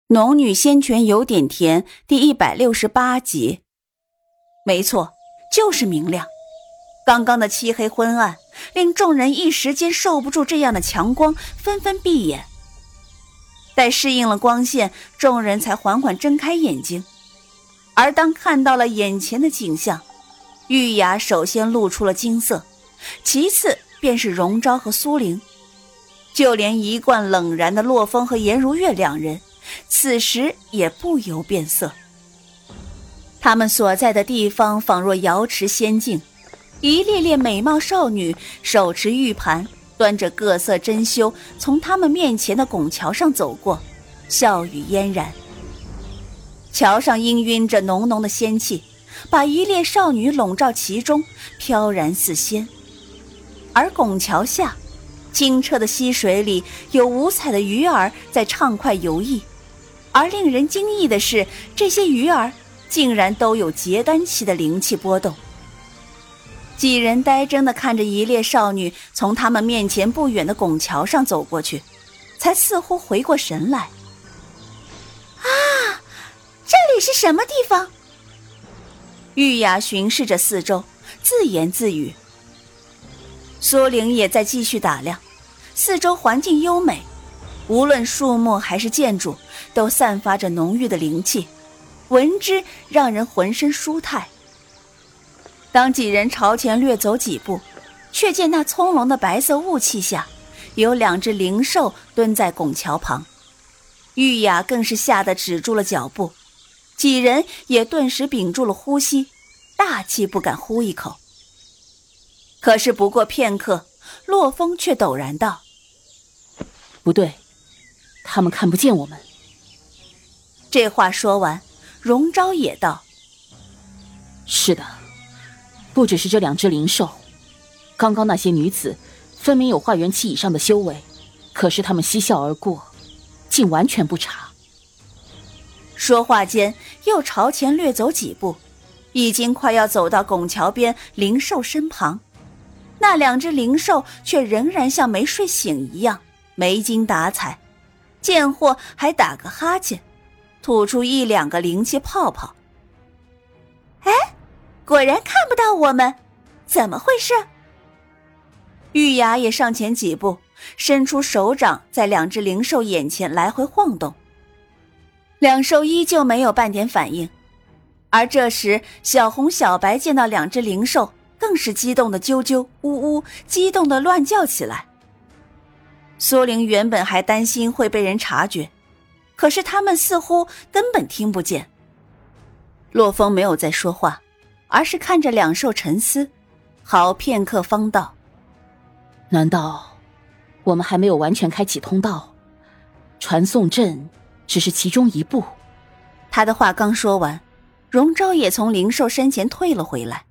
农女仙泉有点甜第168集。没错，就是明亮。刚刚的漆黑昏暗令众人一时间受不住这样的强光，纷纷闭眼。待适应了光线，众人才缓缓睁开眼睛。而当看到了眼前的景象，玉雅首先露出了惊色，其次便是荣昭和苏玲，就连一贯冷然的洛风和颜如月两人此时也不由变色。他们所在的地方仿若瑶池仙境，一列列美貌少女手持玉盘，端着各色珍馐从他们面前的拱桥上走过，笑语嫣然。桥上氤氲着浓浓的仙气，把一列少女笼罩其中，飘然似仙。而拱桥下清澈的溪水里有五彩的鱼儿在畅快游弋，而令人惊异的是，这些鱼儿竟然都有结丹期的灵气波动。几人呆怔地看着一列少女从他们面前不远的拱桥上走过去，才似乎回过神来。 啊，这里是什么地方？ 玉雅巡视着四周，自言自语。苏玲也在继续打量，四周环境优美，无论树木还是建筑都散发着浓郁的灵气，闻之让人浑身舒泰。当几人朝前略走几步，却见那葱胧的白色雾气下有两只灵兽蹲在拱桥旁。玉雅更是吓得止住了脚步，几人也顿时屏住了呼吸，大气不敢呼一口。可是不过片刻，洛风却陡然道： 不对，他们看不见我们。 这话说完，荣昭也道： 是的，不只是这两只灵兽，刚刚那些女子分明有化元期以上的修为，可是他们嬉笑而过，竟完全不察。 说话间又朝前略走几步，已经快要走到拱桥边灵兽身旁。那两只灵兽却仍然像没睡醒一样没精打采，见货还打个哈欠，吐出一两个灵气泡泡。 哎，果然看不到我们，怎么回事？ 玉雅也上前几步，伸出手掌在两只灵兽眼前来回晃动。两兽依旧没有半点反应，而这时小红小白见到两只灵兽，更是激动的啾啾呜呜，激动的乱叫起来。苏玲原本还担心会被人察觉，可是他们似乎根本听不见。洛风没有再说话，而是看着两兽沉思，好片刻方道： 难道我们还没有完全开启通道？传送阵只是其中一步。 他的话刚说完，荣昭也从灵兽身前退了回来。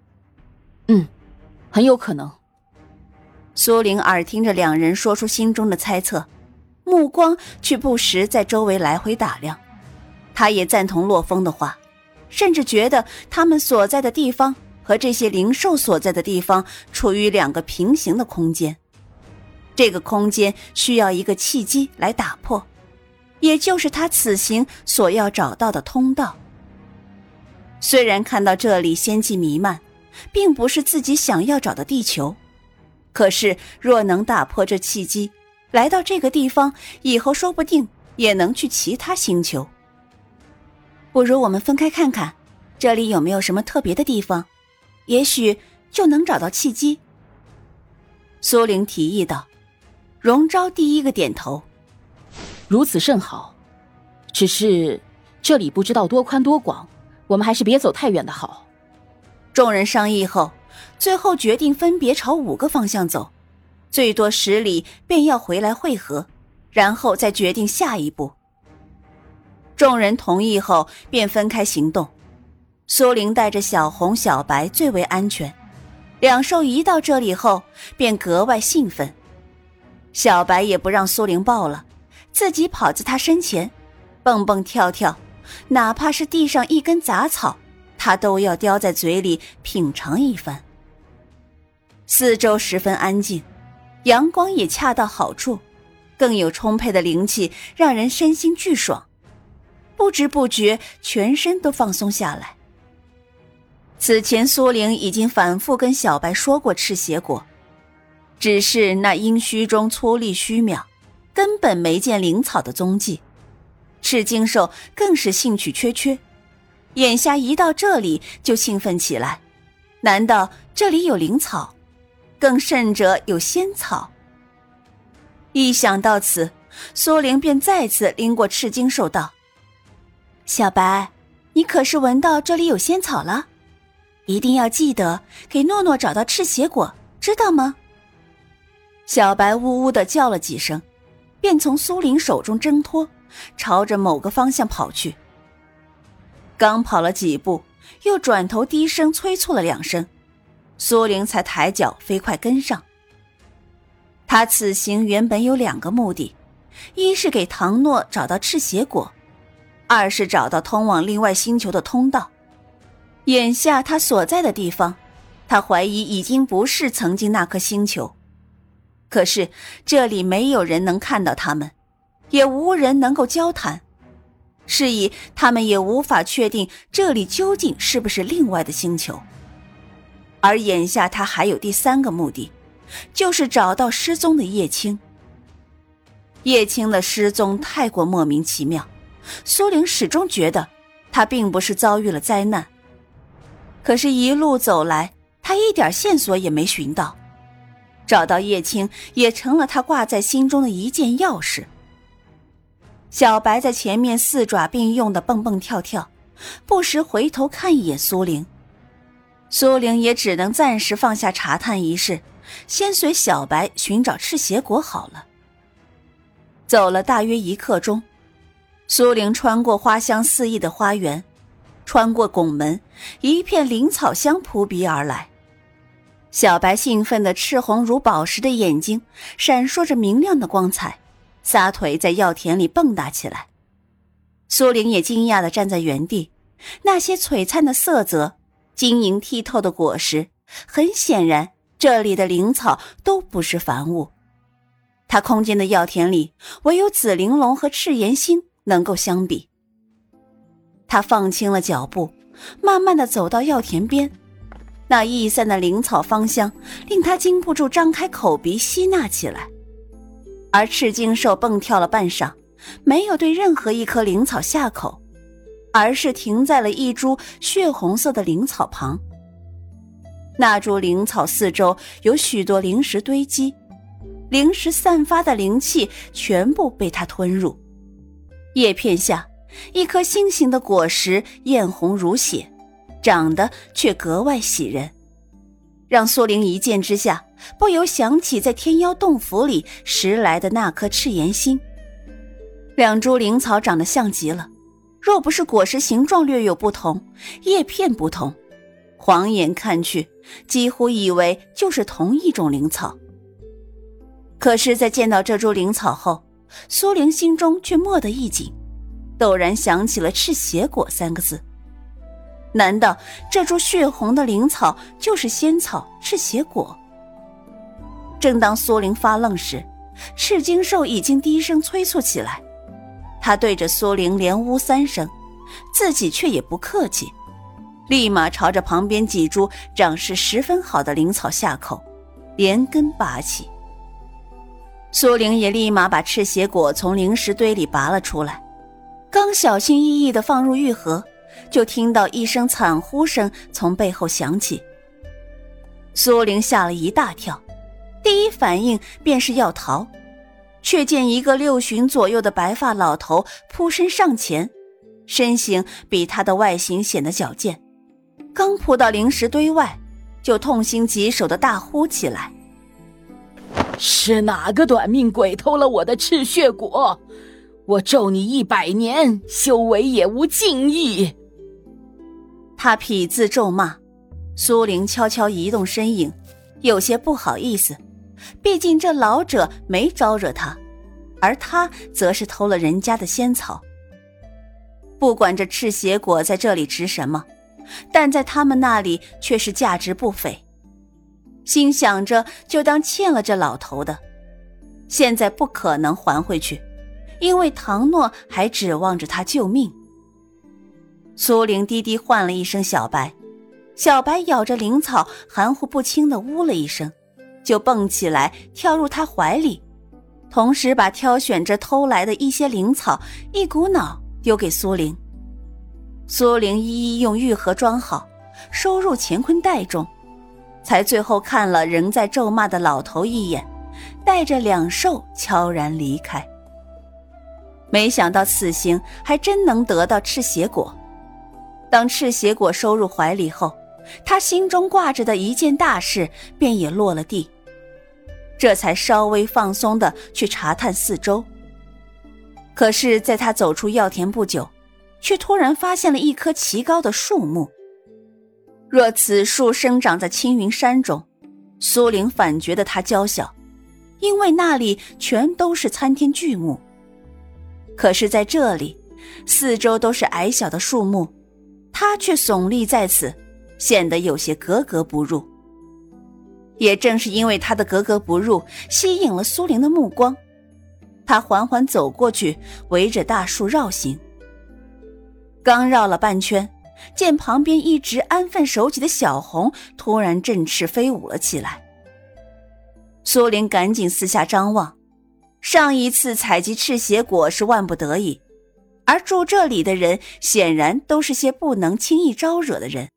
很有可能。 苏玲耳听着两人说出心中的猜测，目光却不时在周围来回打量。他也赞同洛风的话，甚至觉得他们所在的地方和这些灵兽所在的地方处于两个平行的空间。这个空间需要一个契机来打破，也就是他此行所要找到的通道。虽然看到这里仙气弥漫，并不是自己想要找的地球，可是若能打破这契机，来到这个地方，以后说不定也能去其他星球。不如我们分开看看，这里有没有什么特别的地方，也许就能找到契机。苏玲提议道。荣昭第一个点头。 如此甚好，只是这里不知道多宽多广，我们还是别走太远的好。 众人商议后，最后决定分别朝5个方向走，最多10里便要回来汇合，然后再决定下一步。众人同意后便分开行动。苏玲带着小红小白最为安全，两兽一到这里后便格外兴奋。小白也不让苏玲抱了，自己跑在她身前，蹦蹦跳跳，哪怕是地上一根杂草，他都要叼在嘴里品尝一番。四周十分安静，阳光也恰到好处，更有充沛的灵气，让人身心俱爽， 不知不觉全身都放松下来。此前苏玲已经反复跟小白说过赤血果，只是那阴虚中粗粝虚渺，根本没见灵草的踪迹。赤精兽更是兴趣缺缺，眼下一到这里就兴奋起来，难道这里有灵草？更甚者有仙草？一想到此，苏玲便再次拎过赤精兽道：小白，你可是闻到这里有仙草了？一定要记得给诺诺找到赤血果，知道吗？小白呜呜地叫了几声，便从苏玲手中挣脱，朝着某个方向跑去。刚跑了几步，又转头低声催促了2声，苏玲才抬脚飞快跟上。他此行原本有2个目的，一是给唐诺找到赤血果，二是找到通往另外星球的通道。眼下他所在的地方，他怀疑已经不是曾经那颗星球。可是这里没有人能看到他们，也无人能够交谈，是以他们也无法确定这里究竟是不是另外的星球。而眼下他还有第3个目的，就是找到失踪的叶青。叶青的失踪太过莫名其妙，苏玲始终觉得他并不是遭遇了灾难。可是一路走来，他一点线索也没寻到，找到叶青也成了他挂在心中的一件要事。小白在前面4爪并用的蹦蹦跳跳，不时回头看一眼苏玲。苏玲也只能暂时放下查探一事，先随小白寻找赤血果好了。走了大约1刻钟，苏玲穿过花香四溢的花园，穿过拱门，一片灵草香扑鼻而来。小白兴奋的赤红如宝石的眼睛闪烁着明亮的光彩，撒腿在药田里蹦跶起来。苏玲也惊讶地站在原地，那些璀璨的色泽，晶莹剔透的果实，很显然这里的灵草都不是凡物。他空间的药田里，唯有紫玲珑和赤炎星能够相比。他放轻了脚步，慢慢地走到药田边，那逸散的灵草芳香令他禁不住张开口鼻吸纳起来。而赤精兽蹦跳了半晌，没有对任何一颗灵草下口，而是停在了一株血红色的灵草旁。那株灵草四周有许多灵石堆积，灵石散发的灵气全部被它吞入。叶片下，一颗心形的果实艳红如血，长得却格外喜人，让苏玲一见之下不由想起在天妖洞府里拾来的那颗赤炎星。2株灵草长得像极了，若不是果实形状略有不同，叶片不同，晃眼看去几乎以为就是同一种灵草。可是在见到这株灵草后，苏玲心中却蓦地一紧，陡然想起了赤血果3个字。难道这株血红的灵草就是仙草赤血果？正当苏玲发愣时，赤精兽已经低声催促起来。他对着苏玲连呜3声，自己却也不客气，立马朝着旁边几株长势十分好的灵草下口，连根拔起。苏玲也立马把赤血果从灵石堆里拔了出来，刚小心翼翼地放入玉盒，就听到一声惨呼声从背后响起。苏玲吓了一大跳，第一反应便是要逃，却见一个6旬左右的白发老头扑身上前，身形比他的外形显得矫健，刚扑到灵石堆外，就痛心疾首地大呼起来： 是哪个短命鬼偷了我的赤血果？我咒你100年，修为也无尽意！ 他痞自咒骂。苏玲悄悄移动身影，有些不好意思，毕竟这老者没招惹他，而他则是偷了人家的仙草。不管这赤血果在这里值什么，但在他们那里却是价值不菲。心想着就当欠了这老头的，现在不可能还回去，因为唐诺还指望着他救命。 苏玲低低唤了一声小白，小白咬着灵草含糊不清地呜了一声，就蹦起来跳入他怀里，同时把挑选着偷来的一些灵草一股脑丢给苏玲。苏玲一一用玉盒装好，收入乾坤袋中，才最后看了仍在咒骂的老头一眼，带着两兽悄然离开。没想到此行还真能得到赤血果。当赤血果收入怀里后，他心中挂着的一件大事便也落了地，这才稍微放松地去查探四周。可是在他走出药田不久，却突然发现了一棵奇高的树木。若此树生长在青云山中，苏玲反觉得它娇小，因为那里全都是参天巨木。可是在这里，四周都是矮小的树木，它却耸立在此，显得有些格格不入。也正是因为它的格格不入，吸引了苏玲的目光。她缓缓走过去，围着大树绕行。刚绕了半圈，见旁边一直安分守己的小红突然振翅飞舞了起来。苏玲赶紧四下张望，上一次采集赤血果是万不得已，而住这里的人显然都是些不能轻易招惹的人。